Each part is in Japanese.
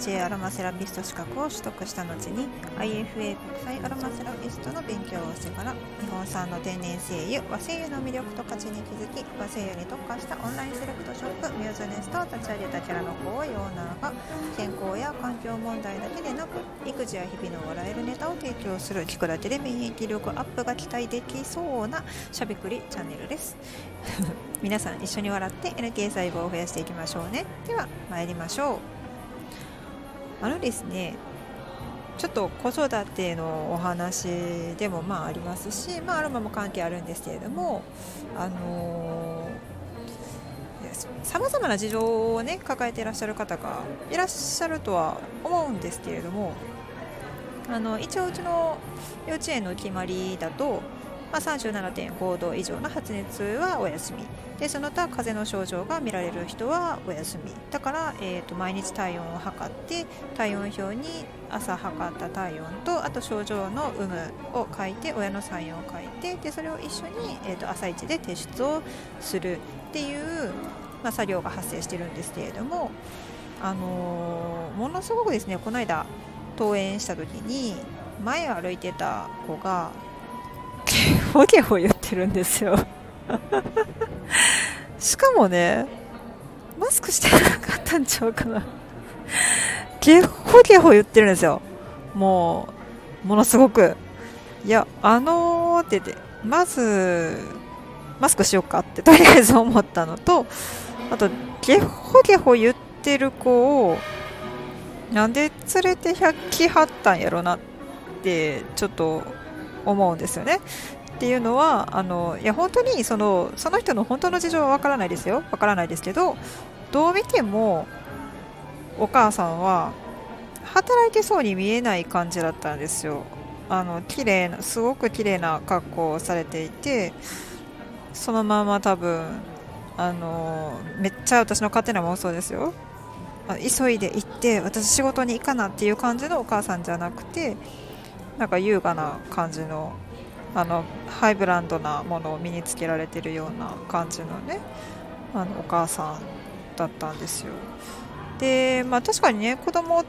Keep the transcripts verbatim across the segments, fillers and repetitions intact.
ジェー アロマセラピスト資格を取得した後に アイエフエー 国際アロマセラピストの勉強をしてから日本産の天然精油和精油の魅力と価値に気づき、和精油に特化したオンラインセレクトショップミューズネストを立ち上げたキャラの子をオーナーが健康や環境問題だけでなく育児や日々の笑えるネタを提供する、聞くだけで免疫力アップが期待できそうなしゃべくりチャンネルです皆さん一緒に笑って エヌケー 細胞を増やしていきましょうね。では参りましょう。あのですねちょっと子育てのお話でもまあありますし、まあ、アロマも関係あるんですけれども、あのさまざまな事情をね抱えていらっしゃる方がいらっしゃるとは思うんですけれども、あの一応うちの幼稚園の決まりだと、まあ、さんじゅうななてんごど以上の発熱はお休みで、その他風邪の症状が見られる人はお休みだから、えー、と毎日体温を測って体温表に朝測った体温とあと症状の有無を書いて親のサインを書いて、でそれを一緒に、えー、と朝一で提出をするっていう、まあ、作業が発生してるんですけれども、あのー、ものすごくですねこの間登園した時に前歩いてた子がゲホゲホ言ってるんですよしかもねマスクしてなかったんちゃうかなゲホゲホ言ってるんですよ。もうものすごく、いやあのーって言ってまずマスクしようかってとりあえず思ったのと、あとゲホゲホ言ってる子をなんで連れて百鬼張ったんやろなってちょっと思うんですよね。っていうのはあのいや本当にそのその人の本当の事情はわからないですよ、わからないですけど、どう見てもお母さんは働いてそうに見えない感じだったんですよ。あの綺麗なすごく綺麗な格好をされていて、そのまま多分あのめっちゃ私の勝手な妄想ですよ、急いで行って私仕事に行かなっていう感じのお母さんじゃなくて、なんか優雅な感じのあのハイブランドなものを身につけられているような感じのね、あのお母さんだったんですよ。で、まあ、確かにね子供って、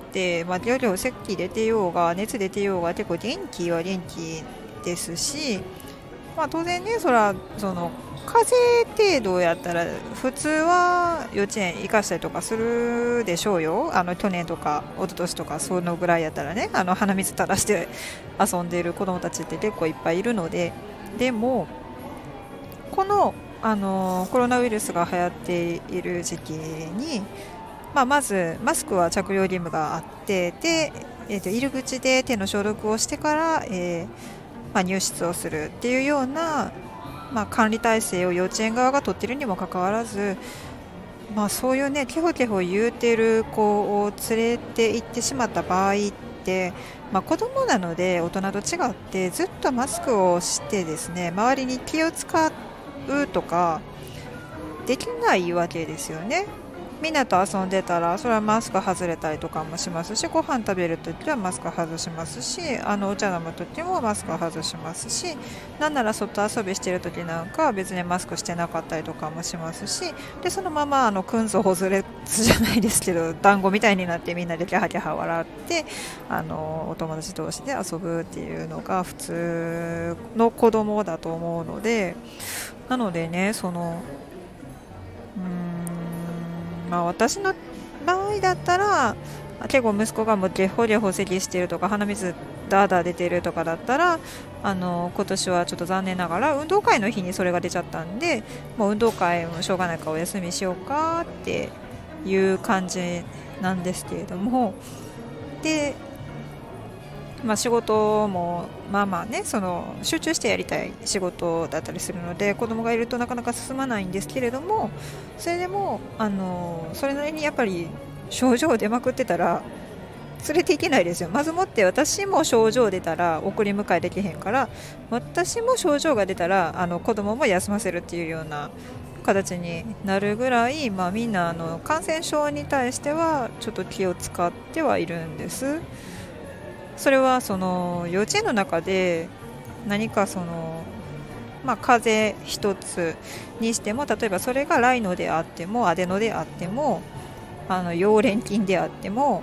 まあ、料理咳出てようが熱出てようが結構元気は元気ですし、まあ、当然ねそらその風邪程度やったら普通は幼稚園行かしたりとかするでしょうよ。あの去年とか一昨年とかそのぐらいやったらね、あの鼻水垂らして遊んでいる子どもたちって結構いっぱいいるので、でもこの、あのコロナウイルスが流行っている時期に、まあ、まずマスクは着用義務があって、で、えーと、入り口で手の消毒をしてから、えーまあ、入室をするっていうような、まあ、管理体制を幼稚園側が取っているにもかかわらず、まあ、そういうねケホケホ言うてる子を連れて行ってしまった場合って、まあ、子供なので大人と違ってずっとマスクをしてですね周りに気を使うとかできないわけですよね。みんなと遊んでたらそれはマスク外れたりとかもしますし、ご飯食べるときはマスク外しますし、あのお茶飲むときもマスク外しますし、なんなら外遊びしてるときなんかは別にマスクしてなかったりとかもしますし、でそのままあのくんずほずれつじゃないですけど団子みたいになってみんなでキャハキャハ笑ってあのお友達同士で遊ぶっていうのが普通の子供だと思うので、なのでねそのうーんまあ、私の場合だったら結構息子がもうゲホゲホ咳してるとか鼻水ダーダー出てるとかだったらあの今年はちょっと残念ながら運動会の日にそれが出ちゃったんで、もう運動会もしょうがないからお休みしようかっていう感じなんですけれども、で、まあ、仕事もまあまあねその集中してやりたい仕事だったりするので子供がいるとなかなか進まないんですけれども、それでもあのそれなりにやっぱり症状出まくってたら連れていけないですよ。まずもって私も症状出たら送り迎えできへんから、私も症状が出たらあの子供も休ませるっていうような形になるぐらい、まあ、みんなあの感染症に対してはちょっと気を使ってはいるんです。それはその幼稚園の中で何かその、まあ、風邪一つにしても、例えばそれがライノであってもアデノであってもあの溶連菌であっても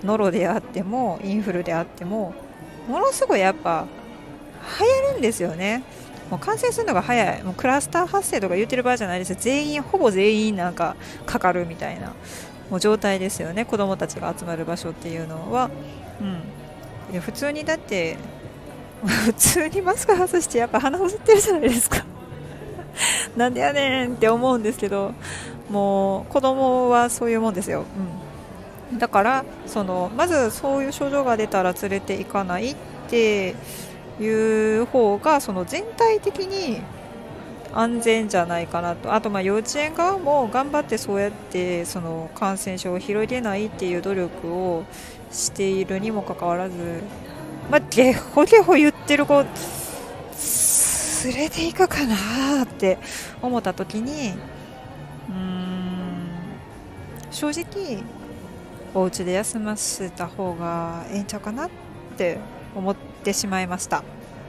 ノロであってもインフルであってもものすごいやっぱ流行るんですよね。もう感染するのが早い。もうクラスター発生とか言ってる場合じゃないですよ。全員ほぼ全員なんかかかるみたいなもう状態ですよね。子供たちが集まる場所っていうのは、うん、いや普通にだって普通にマスク外してやっぱ鼻ほじってるじゃないですかなんでやねんって思うんですけど、もう子供はそういうもんですよ、うん、だからそのまずそういう症状が出たら連れて行かないっていう方がその全体的に安全じゃないかなと。あとまあ幼稚園側も頑張ってそうやってその感染症を広げないっていう努力をしているにもかかわらず、まあ、ゲホゲホ言ってる子連れていくかなって思った時に、うーん正直お家で休ませた方がええんちゃうかなって思ってしまいました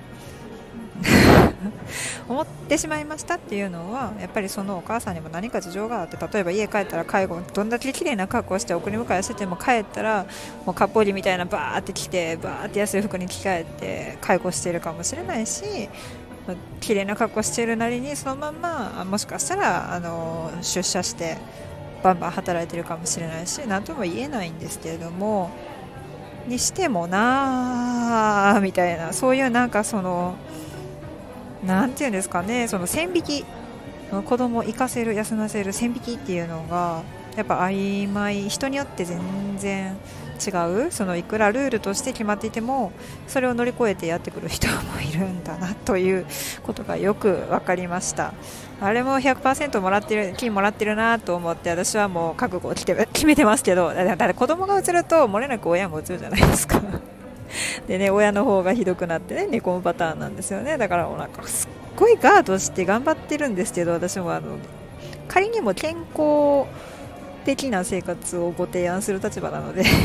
思ってしまいましたっていうのはやっぱりそのお母さんにも何か事情があって、例えば家帰ったら介護どんだけ綺麗な格好して送り迎えしてても帰ったらもうかっぽりみたいなバーって着てバーって安い服に着替えて介護しているかもしれないし、綺麗な格好しているなりにそのまんまもしかしたらあの出社してバンバン働いてるかもしれないし、何とも言えないんですけれども、にしてもなーみたいな、そういうなんかそのなんていうんですかね、その線引き、子供を行かせる休ませる線引きっていうのがやっぱ曖昧、人によって全然違う。そのいくらルールとして決まっていてもそれを乗り越えてやってくる人もいるんだなということがよく分かりました。あれも ひゃくパーセント もらってる金もらってるなと思って私はもう覚悟を決め決めてますけど、だから子供がうつると漏れなく親もうつるじゃないですかでね、親の方がひどくなってね寝込むパターンなんですよね。だからお腹すっごいガードして頑張ってるんですけど、私もあの仮にも健康的な生活をご提案する立場なので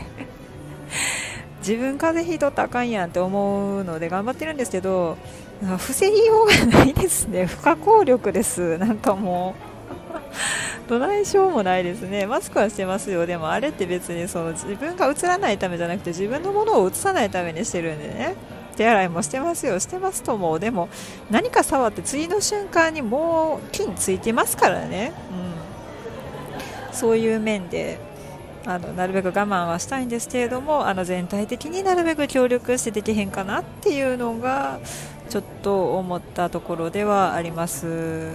自分風邪ひいとったらあかんやんって思うので頑張ってるんですけど、防ぎようがないですね。不可抗力です。なんかもうどないしようもないですね。マスクはしてますよ。でもあれって別にその自分がうつらないためじゃなくて自分のものをうつさないためにしてるんでね。手洗いもしてますよ、してますとも。でも何か触って次の瞬間にもう菌ついてますからね、うん、そういう面であのなるべく我慢はしたいんですけれども、あの全体的になるべく協力してできへんかなっていうのがちょっと思ったところではあります。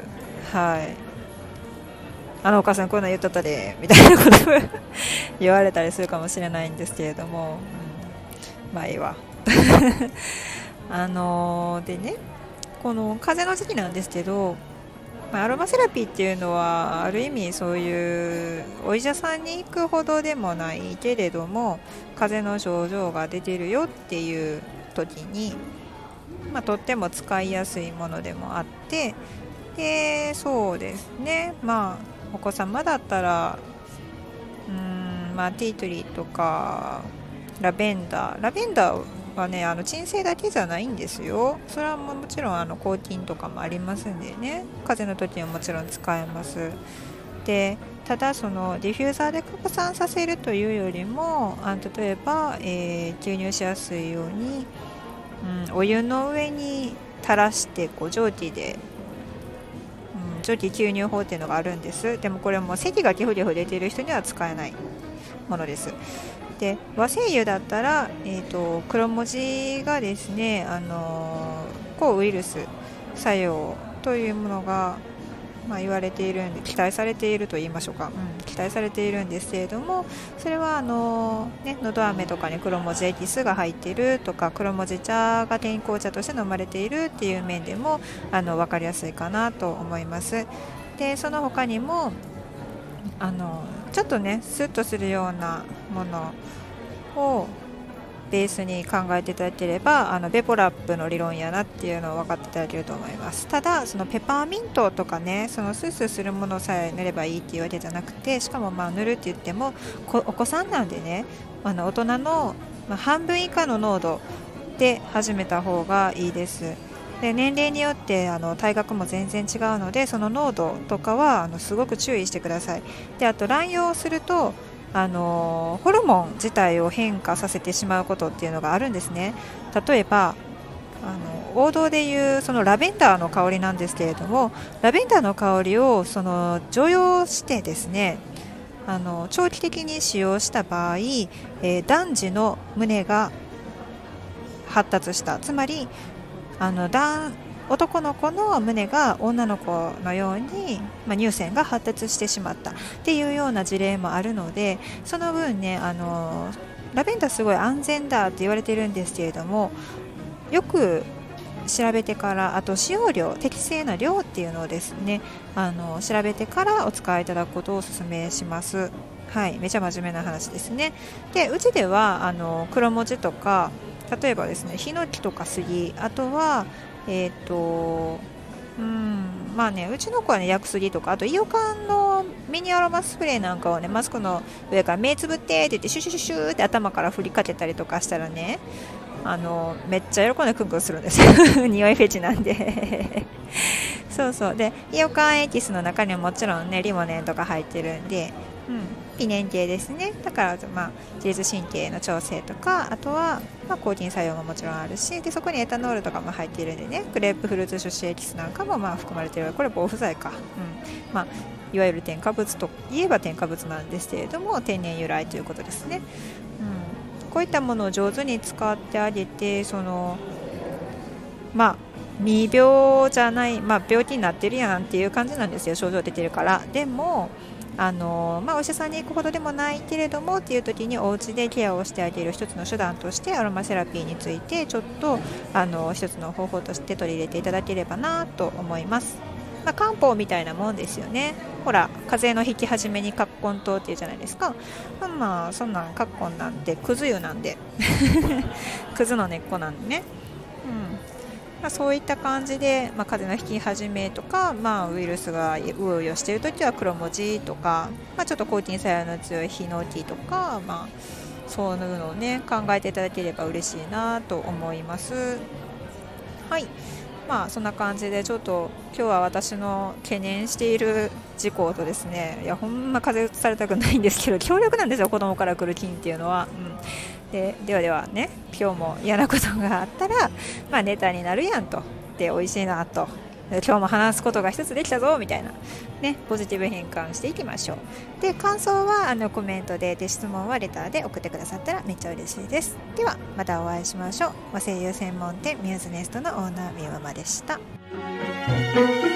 はい、あのお母さんこういうの言っとったでみたいなことを言われたりするかもしれないんですけれども、うん、まあいいわあのー、でね、この風邪の時期なんですけど、まあ、アロマセラピーっていうのはある意味そういうお医者さんに行くほどでもないけれども風邪の症状が出てるよっていう時に、まあ、とっても使いやすいものでもあって、でそうですね、まあお子様だったらうーん、まあ、ティートリーとかラベンダーラベンダーはね、あの鎮静だけじゃないんですよ。それはもちろんあの抗菌とかもありますんでね、風邪の時はもちろん使えます。でただそのディフューザーで拡散させるというよりも、あの例えば、えー、吸入しやすいように、うん、お湯の上に垂らしてこう蒸気で、うん、蒸気吸入法っていうのがあるんです。でもこれも咳がギフギフ出ている人には使えないものです。で和精油だったら、えーと、黒文字がですね、あのー、抗ウイルス作用というものが、まあ、言われているんで期待されていると言いましょうか、うん、期待されているんですけれども、それはあのーね、のど飴とかに黒文字エキスが入っているとか黒文字茶が健康茶として飲まれているっていう面でもあの分かりやすいかなと思います。でその他にもあのちょっとねスッとするようなものをベースに考えていただければ、あのベポラップの理論やなっていうのを分かっていただけると思います。ただそのペパーミントとかね、そのスースーするものさえ塗ればいいっていうわけじゃなくて、しかもまあ塗るって言ってもお子さんなんでね、あの大人のまあ半分以下の濃度で始めた方がいいです。で年齢によってあの体格も全然違うので、その濃度とかはあのすごく注意してください。であと乱用するとあのホルモン自体を変化させてしまうことっていうのがあるんですね。例えばあの王道でいうそのラベンダーの香りなんですけれども、ラベンダーの香りをその常用してですね、あの長期的に使用した場合、えー、男児の胸が発達した、つまりあの男男の子の胸が女の子のように、まあ、乳腺が発達してしまったっていうような事例もあるので、その分ね、あのラベンダーすごい安全だって言われてるんですけれども、よく調べてから、あと使用量、適正な量っていうのをですね、あの調べてからお使いいただくことをお勧めします。はい、めちゃ真面目な話ですね。で、うちではあの黒文字とか、例えばですね、ヒノキとか杉、あとはえっ、ー、とうんまあね、うちの子はね、薬杉とか、あとイオカンのミニアロマスプレーなんかをね、マスクの上から目つぶってって言ってシュシュシュシュって頭から振りかけたりとかしたらね、あのめっちゃ喜んでクンクンするんですよ匂いフェチなんでそうそう。で、イオカンエキスの中にはもちろんね、リモネンとか入ってるんで、うん、ピネン系ですね。だから、まあ、自律神経の調整とか、あとは、まあ、抗菌作用ももちろんあるし、でそこにエタノールとかも入っているんでね、グレープフルーツ種子エキスなんかもまあ含まれている。これ防腐剤か、うんまあ、いわゆる添加物といえば添加物なんですけれども、天然由来ということですね。うん、こういったものを上手に使ってあげて、そのまあ未病じゃない、まあ、病気になってるやんっていう感じなんですよ、症状出てるから。でもあのまあ、お医者さんに行くほどでもないけれどもっていう時に、お家でケアをしてあげる一つの手段としてアロマセラピーについてちょっとあの一つの方法として取り入れていただければなと思います。まあ、漢方みたいなもんですよね。ほら、風邪の引き始めに葛根湯っていうじゃないですか。まあ、まあそんなん葛根なんてくず湯なんでくずの根っこなんでね、まあ、そういった感じで、まあ、風邪の引き始めとか、まあ、ウイルスがうようよしているときは黒文字とか、まあ、ちょっと抗菌作用の強いヒノキとか、まあ、そういうのをね考えていただければ嬉しいなと思います。はい、まあそんな感じで、ちょっと今日は私の懸念している事項とですね、いやほんま風邪されたくないんですけど、強力なんですよ、子供から来る菌っていうのは。うん、でではではね、今日も嫌なことがあったら、まあ、ネタになるやんと、で美味しいなと、今日も話すことが一つできたぞみたいな、ね、ポジティブ変換していきましょう。で、感想はあのコメントで、で質問はレターで送ってくださったらめっちゃ嬉しいです。ではまたお会いしましょう。和声優専門店ミューズネストのオーナーみゆママでした。